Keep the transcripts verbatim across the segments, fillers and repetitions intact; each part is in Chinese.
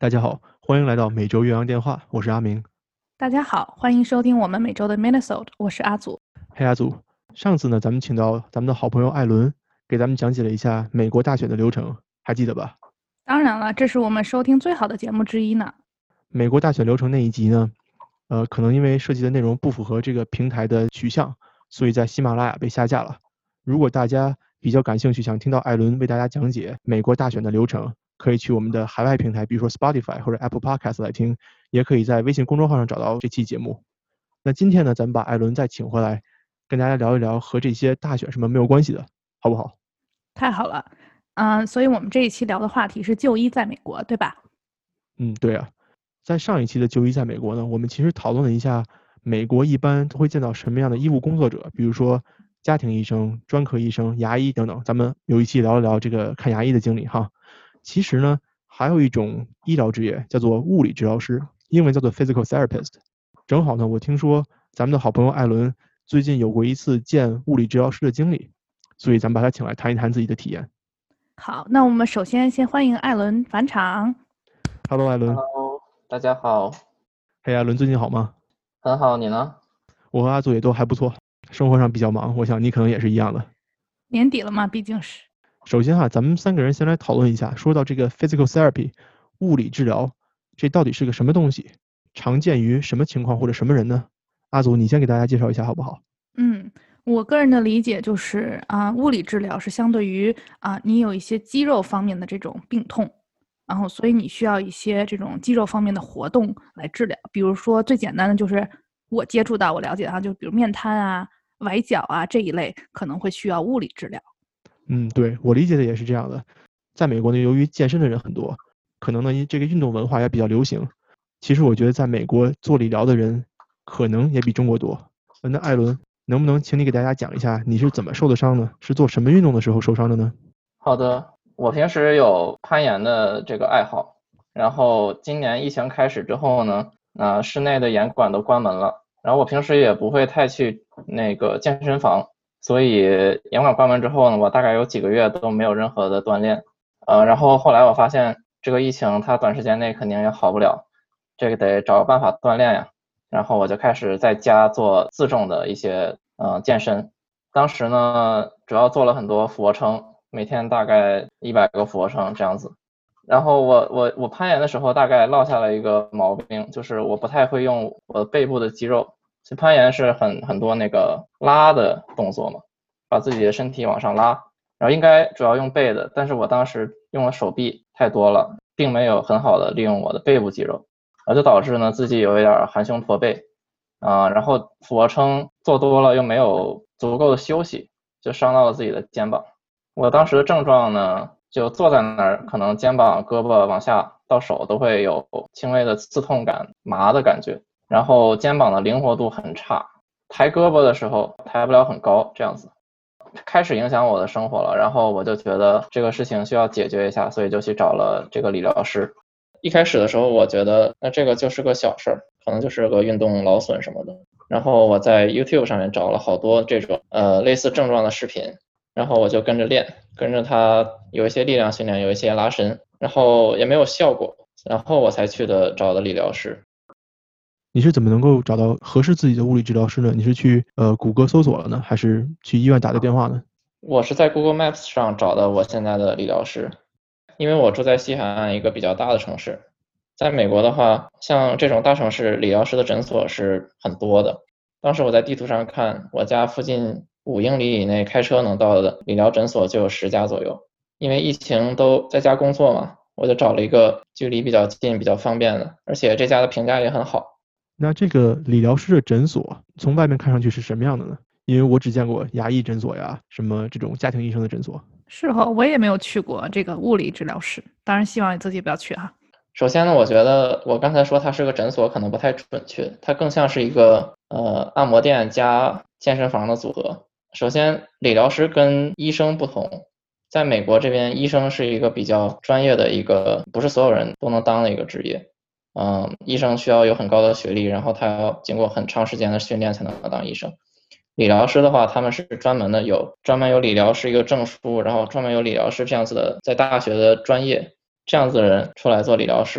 大家好，欢迎来到每周岳阳电话，我是阿明。 大家好，欢迎收听我们每周的 Minnesota， 我是阿祖。 嘿，阿祖，上次呢，咱们请到咱们的好朋友艾伦，给咱们讲解了一下美国大选的流程，还记得吧？ 当然了，这是我们收听最好的节目之一呢。 美国大选流程那一集呢，呃，可能因为涉及的内容不符合这个平台的取向，所以在喜马拉雅被下架了。如果大家比较感兴趣，想听到艾伦为大家讲解美国大选的流程，可以去我们的海外平台，比如说 Spotify 或者 Apple Podcast 来听，也可以在微信公众号上找到这期节目。那今天呢，咱们把艾伦再请回来，跟大家聊一聊和这些大选什么没有关系的，好不好？ 太好了，嗯、呃，所以我们这一期聊的话题是就医在美国，对吧？ 嗯，对啊，在上一期的就医在美国呢，我们其实讨论了一下美国一般都会见到什么样的医务工作者，比如说家庭医生、专科医生、牙医等等。咱们有一期聊一聊这个看牙医的经历哈。其实呢，还有一种医疗职业叫做物理治疗师，英文叫做 physical therapist。正好呢，我听说咱们的好朋友艾伦最近有过一次见物理治疗师的经历，所以咱们把他请来谈一谈自己的体验。 好，那我们首先先欢迎艾伦返场。 Hello，艾伦。 Hello，大家好。 嘿，艾伦最近好吗？ 很好，你呢？ 我和阿祖也都还不错，生活上比较忙，我想你可能也是一样的。 年底了嘛，毕竟是。 首先哈，咱们三个人先来讨论一下，说到这个 physical therapy 物理治疗，这到底是个什么东西？常见于什么情况或者什么人呢？阿祖，你先给大家介绍一下好不好？ 嗯，我个人的理解就是啊、呃，物理治疗是相对于啊、呃，你有一些肌肉方面的这种病痛，然后所以你需要一些这种肌肉方面的活动来治疗。比如说最简单的就是我接触到我了解哈，就比如面瘫啊、崴脚啊这一类可能会需要物理治疗。 嗯，对，我理解的也是这样的。在美国呢，由于健身的人很多，可能呢这个运动文化也比较流行。其实我觉得在美国做理疗的人可能也比中国多。那艾伦，能不能请你给大家讲一下你是怎么受的伤呢？是做什么运动的时候受伤的呢？ 好的，我平时有攀岩的这个爱好，然后今年疫情开始之后呢，那、呃、室内的岩馆都关门了，然后我平时也不会太去那个健身房，所以岩馆关门之后呢，我大概有几个月都没有任何的锻炼，呃，然后后来我发现这个疫情它短时间内肯定也好不了，这个得找个办法锻炼呀。然后我就开始在家做自重的一些呃健身，当时呢主要做了很多俯卧撑，每天大概一百个俯卧撑这样子。然后我我我攀岩的时候大概落下了一个毛病，就是我不太会用我背部的肌肉。其实攀岩是很很多那个拉的动作嘛，把自己的身体往上拉，然后应该主要用背的，但是我当时用了手臂太多了，并没有很好的利用我的背部肌肉。然后就导致呢自己有一点含胸驼背啊、呃，然后俯卧撑做多了又没有足够的休息，就伤到了自己的肩膀。我当时的症状呢，就坐在那儿，可能肩膀、胳膊往下到手都会有轻微的刺痛感、麻的感觉，然后肩膀的灵活度很差，抬胳膊的时候抬不了很高，这样子开始影响我的生活了。然后我就觉得这个事情需要解决一下，所以就去找了这个理疗师。一开始的时候我觉得那这个就是个小事儿，可能就是个运动劳损什么的，然后我在 YouTube 上面找了好多这种呃类似症状的视频，然后我就跟着练，跟着他有一些力量训练，有一些拉伸，然后也没有效果，然后我才去的找的理疗师。 你是怎么能够找到合适自己的物理治疗师呢？你是去呃谷歌搜索了呢，还是去医院打的电话呢？ 我是在 Google Maps 上找的我现在的理疗师。因为我住在西海岸一个比较大的城市，在美国的话，像这种大城市理疗师的诊所是很多的。当时我在地图上看，我家附近五英里以内开车能到的理疗诊所就有十家左右。因为疫情都在家工作嘛，我就找了一个距离比较近、比较方便的，而且这家的评价也很好。 那这个理疗师的诊所从外面看上去是什么样的呢？因为我只见过牙医诊所呀，什么这种家庭医生的诊所。 是哈，我也没有去过这个物理治疗室，当然希望你自己不要去哈。 首先呢，我觉得我刚才说它是个诊所可能不太准确，它更像是一个呃按摩店加健身房的组合。首先，理疗师跟医生不同，在美国这边，医生是一个比较专业的一个，不是所有人都能当的一个职业。嗯，医生需要有很高的学历，然后他要经过很长时间的训练才能当医生。理疗师的话，他们是专门的有专门有理疗师一个证书，然后专门有理疗师这样子的在大学的专业，这样子的人出来做理疗师。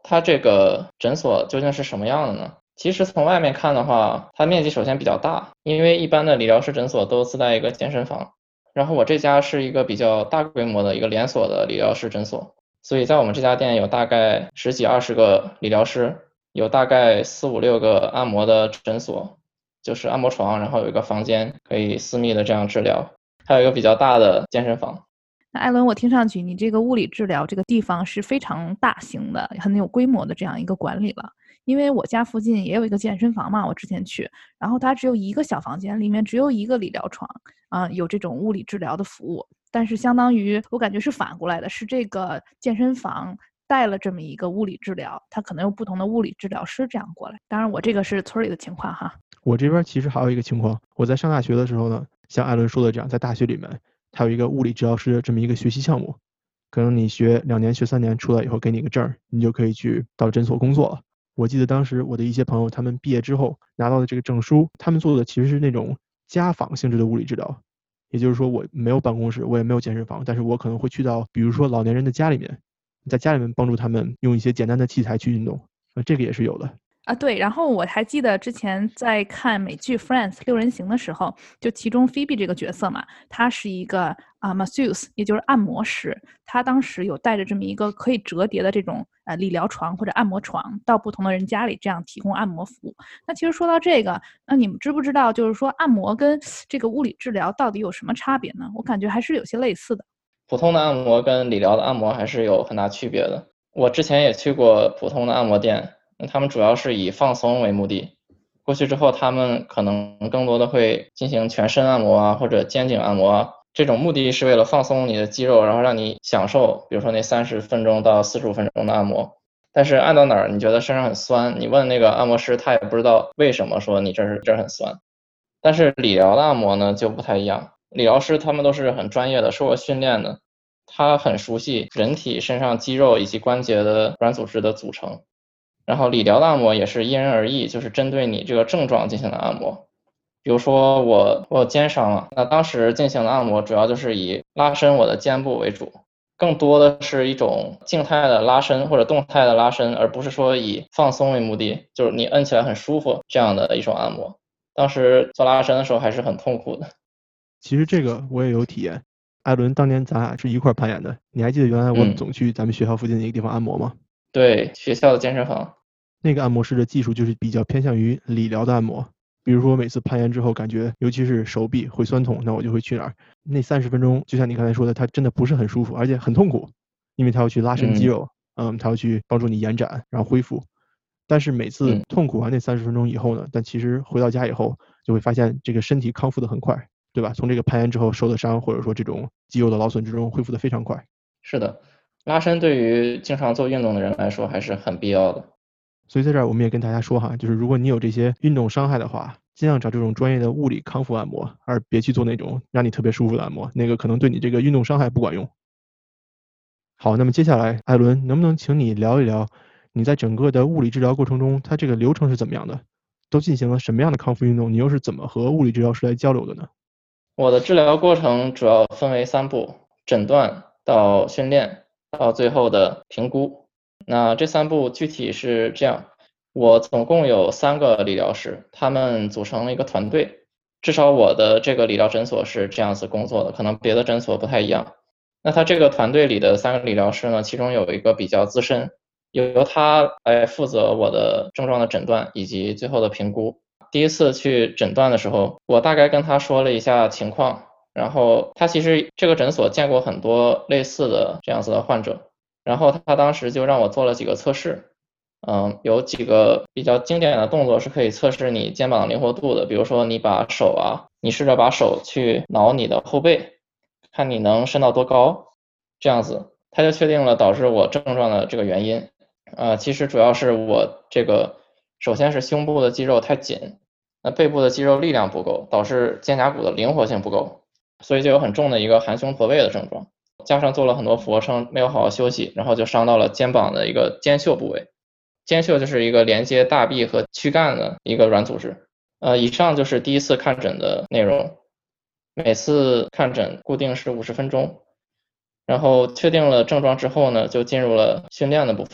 它这个诊所究竟是什么样的呢？其实从外面看的话，它面积首先比较大，因为一般的理疗师诊所都自带一个健身房，然后我这家是一个比较大规模的一个连锁的理疗师诊所，所以在我们这家店有大概十几二十个理疗师，有大概四五六个按摩的诊所，就是按摩床，然后有一个房间可以私密的这样治疗，还有一个比较大的健身房。 那艾伦，我听上去你这个物理治疗这个地方是非常大型的、很有规模的这样一个管理了。因为我家附近也有一个健身房嘛，我之前去，然后它只有一个小房间，里面只有一个理疗床，啊、呃，有这种物理治疗的服务。但是相当于我感觉是反过来的，是这个健身房带了这么一个物理治疗，它可能有不同的物理治疗师这样过来。当然，我这个是村里的情况哈。 我这边其实还有一个情况，我在上大学的时候呢，像艾伦说的这样，在大学里面，它有一个物理治疗师这么一个学习项目，可能你学两年、学三年出来以后，给你个证，你就可以去到诊所工作了。我记得当时我的一些朋友，他们毕业之后拿到的这个证书，他们做的其实是那种家访性质的物理治疗，也就是说我没有办公室，我也没有健身房，但是我可能会去到比如说老年人的家里面，在家里面帮助他们用一些简单的器材去运动，那这个也是有的。 啊，对，然后我还记得之前在看美剧《Friends》六人行的时候，就其中 Phoebe 这个角色嘛，她是一个啊、呃、masseuse，也就是按摩师。她当时有带着这么一个可以折叠的这种呃理疗床或者按摩床，到不同的人家里这样提供按摩服务。那其实说到这个，那你们知不知道，就是说按摩跟这个物理治疗到底有什么差别呢？我感觉还是有些类似的。 普通的按摩跟理疗的按摩还是有很大区别的。我之前也去过普通的按摩店，他们主要是以放松为目的。过去之后，他们可能更多的会进行全身按摩啊，或者肩颈按摩啊，这种目的是为了放松你的肌肉，然后让你享受，比如说那三十分钟到四十五分钟的按摩。但是按到哪儿你觉得身上很酸，你问那个按摩师，他也不知道为什么说你这是这儿很酸。但是理疗的按摩呢就不太一样，理疗师他们都是很专业的，受过训练的，他很熟悉人体身上肌肉以及关节的软组织的组成。然后理疗的按摩也是因人而异，就是针对你这个症状进行的按摩。比如说我我有肩伤了，那当时进行的按摩主要就是以拉伸我的肩部为主，更多的是一种静态的拉伸或者动态的拉伸，而不是说以放松为目的，就是你摁起来很舒服这样的一种按摩。当时做拉伸的时候还是很痛苦的。 其实这个我也有体验，艾伦当年咱俩是一块攀岩的，你还记得原来我们总去咱们学校附近的一个地方按摩吗？ 嗯、对，学校的健身房。 那个按摩师的技术就是比较偏向于理疗的按摩，比如说我每次攀岩之后感觉尤其是手臂会酸痛，那我就会去哪儿，那三十分钟就像你刚才说的，它真的不是很舒服，而且很痛苦，因为它要去拉伸肌肉，嗯，嗯它要去帮助你延展然后恢复。但是每次痛苦完那三十分钟以后呢，但其实回到家以后就会发现这个身体康复的很快，对吧？从这个攀岩之后受的伤或者说这种肌肉的劳损之中恢复的非常快。 是的，拉伸对于经常做运动的人来说还是很必要的。 所以在这儿我们也跟大家说哈，就是如果你有这些运动伤害的话，尽量找这种专业的物理康复按摩，而别去做那种让你特别舒服的按摩，那个可能对你这个运动伤害不管用。好，那么接下来艾伦能不能请你聊一聊你在整个的物理治疗过程中它这个流程是怎么样的，都进行了什么样的康复运动，你又是怎么和物理治疗师来交流的呢？ 我的治疗过程主要分为三步，诊断到训练到最后的评估。那这三步具体是这样，我总共有三个理疗师，他们组成了一个团队，至少我的这个理疗诊所是这样子工作的，可能别的诊所不太一样。那他这个团队里的三个理疗师呢，其中有一个比较资深，由他来负责我的症状的诊断以及最后的评估。第一次去诊断的时候，我大概跟他说了一下情况，然后他其实这个诊所见过很多类似的这样子的患者，然后他当时就让我做了几个测试，嗯，有几个比较经典的动作是可以测试你肩膀灵活度的，比如说你把手啊，你试着把手去挠你的后背，看你能伸到多高，这样子他就确定了导致我症状的这个原因。呃，其实主要是我这个首先是胸部的肌肉太紧，那背部的肌肉力量不够，导致肩胛骨的灵活性不够，所以就有很重的一个含胸驼背的症状，加上做了很多俯卧撑没有好好休息，然后就伤到了肩膀的一个肩袖部位。肩袖就是一个连接大臂和躯干的一个软组织。呃，以上就是第一次看诊的内容，每次看诊固定是五十分钟，然后确定了症状之后呢，就进入了训练的部分。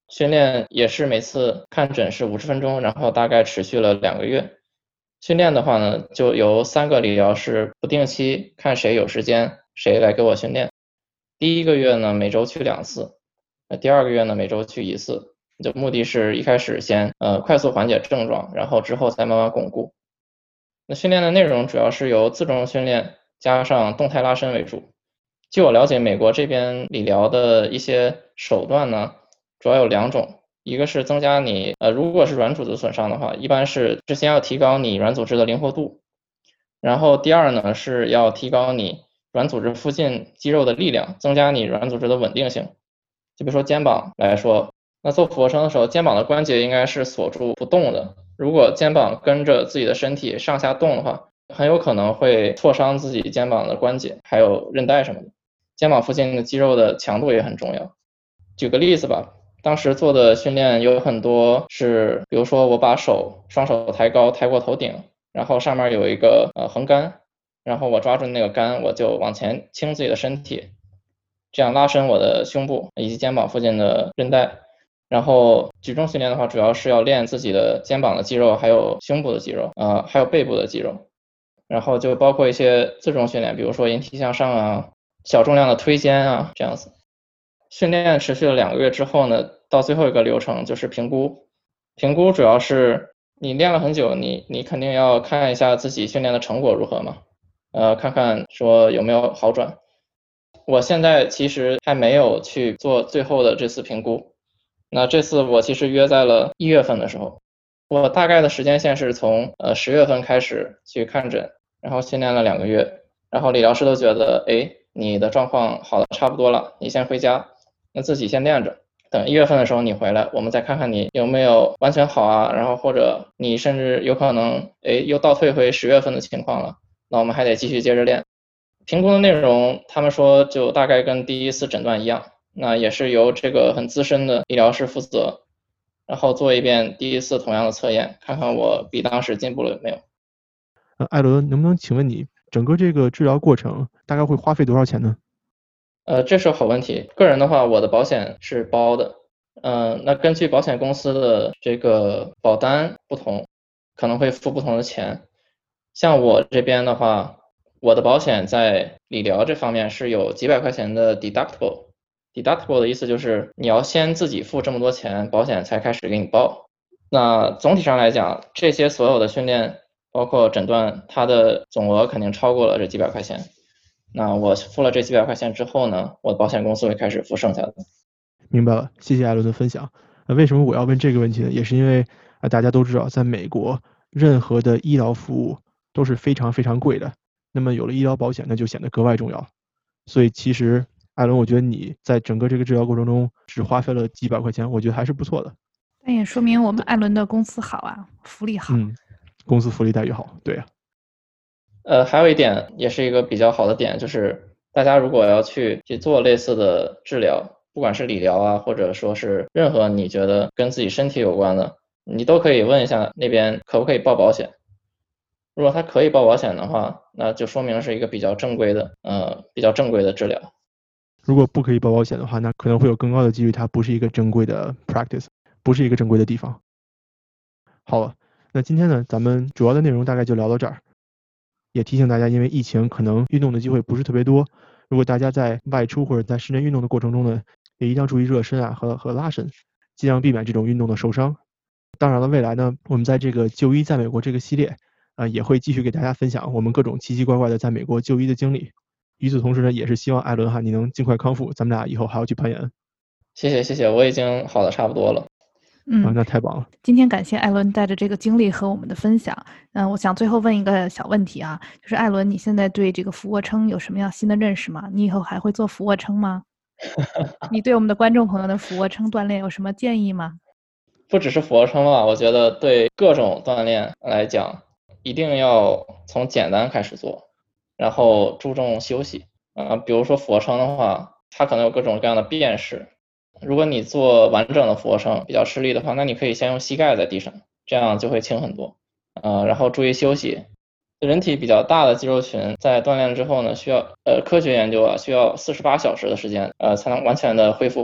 训练也是每次看诊是五十分钟，然后大概持续了两个月。训练的话呢，就由三个理疗师不定期看谁有时间，谁来给我训练。第一个月呢，每周去两次，那第二个月呢，每周去一次。就目的是一开始先呃快速缓解症状，然后之后再慢慢巩固。那训练的内容主要是由自重训练加上动态拉伸为主。据我了解，美国这边理疗的一些手段呢，主要有两种，一个是增加你呃，如果是软组织损伤的话，一般是之前要提高你软组织的灵活度，然后第二呢是要提高你软组织附近肌肉的力量，增加你软组织的稳定性。就比如说肩膀来说，那做俯卧撑的时候，肩膀的关节应该是锁住不动的，如果肩膀跟着自己的身体上下动的话，很有可能会挫伤自己肩膀的关节，还有韧带什么的。肩膀附近的肌肉的强度也很重要。举个例子吧，当时做的训练有很多是，比如说我把手双手抬高，抬过头顶，然后上面有一个呃横杆，然后我抓住那个杆，我就往前倾自己的身体，这样拉伸我的胸部以及肩膀附近的韧带。然后举重训练的话，主要是要练自己的肩膀的肌肉，还有胸部的肌肉，呃，还有背部的肌肉。然后就包括一些自重训练，比如说引体向上啊，小重量的推肩啊，这样子。训练持续了两个月之后呢，到最后一个流程就是评估。评估主要是你练了很久，你你肯定要看一下自己训练的成果如何嘛，呃，看看说有没有好转。我现在其实还没有去做最后的这次评估。那这次我其实约在了一月份的时候，我大概的时间线是从呃十月份开始去看诊，然后训练了两个月，然后理疗师都觉得，哎，你的状况好的差不多了，你先回家，那自己先练着，等一月份的时候你回来，我们再看看你有没有完全好啊，然后或者你甚至有可能，哎，又倒退回十月份的情况了，那我们还得继续接着练。评估的内容，他们说就大概跟第一次诊断一样。那也是由这个很资深的医疗师负责，然后做一遍第一次同样的测验，看看我比当时进步了没有。 呃，艾伦，能不能请问你整个这个治疗过程大概会花费多少钱呢？ 呃，这是好问题。个人的话，我的保险是包的，嗯、呃，那根据保险公司的这个保单不同，可能会付不同的钱。像我这边的话，我的保险在理疗这方面是有几百块钱的 deductible。deductible 的意思就是你要先自己付这么多钱，保险才开始给你报。那总体上来讲，这些所有的训练包括诊断，它的总额肯定超过了这几百块钱。那我付了这几百块钱之后呢，我的保险公司会开始付剩下的。 明白了，谢谢艾伦的分享。呃，为什么我要问这个问题呢？也是因为啊、呃，大家都知道，在美国任何的医疗服务都是非常非常贵的，那么有了医疗保险，那就显得格外重要。所以其实艾伦，我觉得你在整个这个治疗过程中只花费了几百块钱，我觉得还是不错的。 那也说明我们艾伦的公司好啊，福利好。 嗯，公司福利待遇好，对啊。 呃，还有一点也是一个比较好的点，就是大家如果要去去做类似的治疗，不管是理疗啊，或者说是任何你觉得跟自己身体有关的，你都可以问一下那边可不可以报保险。如果他可以报保险的话，那就说明是一个比较正规的，呃，比较正规的治疗。 如果不可以报保险的话，那可能会有更高的几率它不是一个正规的 practice， 不是一个正规的地方。好了，那今天呢，咱们主要的内容大概就聊到这儿。也提醒大家，因为疫情可能运动的机会不是特别多，如果大家在外出或者在室内运动的过程中呢，也一定要注意热身啊和和拉伸，尽量避免这种运动的受伤。当然了，未来呢，我们在这个就医在美国这个系列啊、呃，也会继续给大家分享我们各种奇奇怪怪的在美国就医的经历。与此同时呢，也是希望艾伦哈你能尽快康复，咱们俩以后还要去攀岩。 谢谢谢谢，我已经好的差不多了。 嗯、 啊，那太棒了。 今天感谢艾伦带着这个经历和我们的分享。嗯、呃，我想最后问一个小问题啊，就是艾伦，你现在对这个俯卧撑有什么样新的认识吗？你以后还会做俯卧撑吗？你对我们的观众朋友的俯卧撑锻炼有什么建议吗？ 不只是俯卧撑吧，我觉得对各种锻炼来讲，一定要从简单开始做，然后注重休息。啊、呃，比如说俯卧撑的话，它可能有各种各样的变式。如果你做完整的俯卧撑比较吃力的话，那你可以先用膝盖在地上，这样就会轻很多。呃，然后注意休息。人体比较大的肌肉群在锻炼之后呢，需要呃科学研究啊，需要四十八小时的时间，呃才能完全的恢复回来。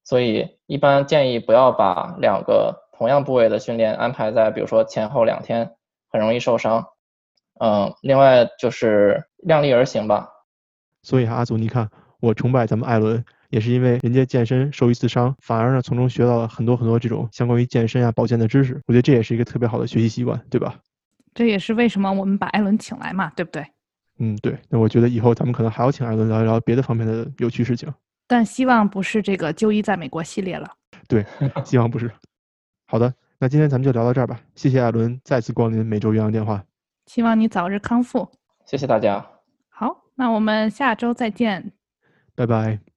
所以一般建议不要把两个同样部位的训练安排在比如说前后两天，很容易受伤。嗯，另外就是量力而行吧。 所以阿祖，你看我崇拜咱们艾伦，也是因为人家健身受一次伤，反而呢从中学到了很多很多这种相关于健身啊保健的知识，我觉得这也是一个特别好的学习习惯，对吧？ 这也是为什么我们把艾伦请来嘛，对不对？ 嗯，对。那我觉得以后咱们可能还要请艾伦聊一聊别的方面的有趣事情。 但希望不是这个就医在美国系列了。 对，希望不是。好的，那今天咱们就聊到这儿吧。谢谢艾伦再次光临每周营养电话。 希望你早日康复。 谢谢大家。 好，那我们下周再见。 拜拜。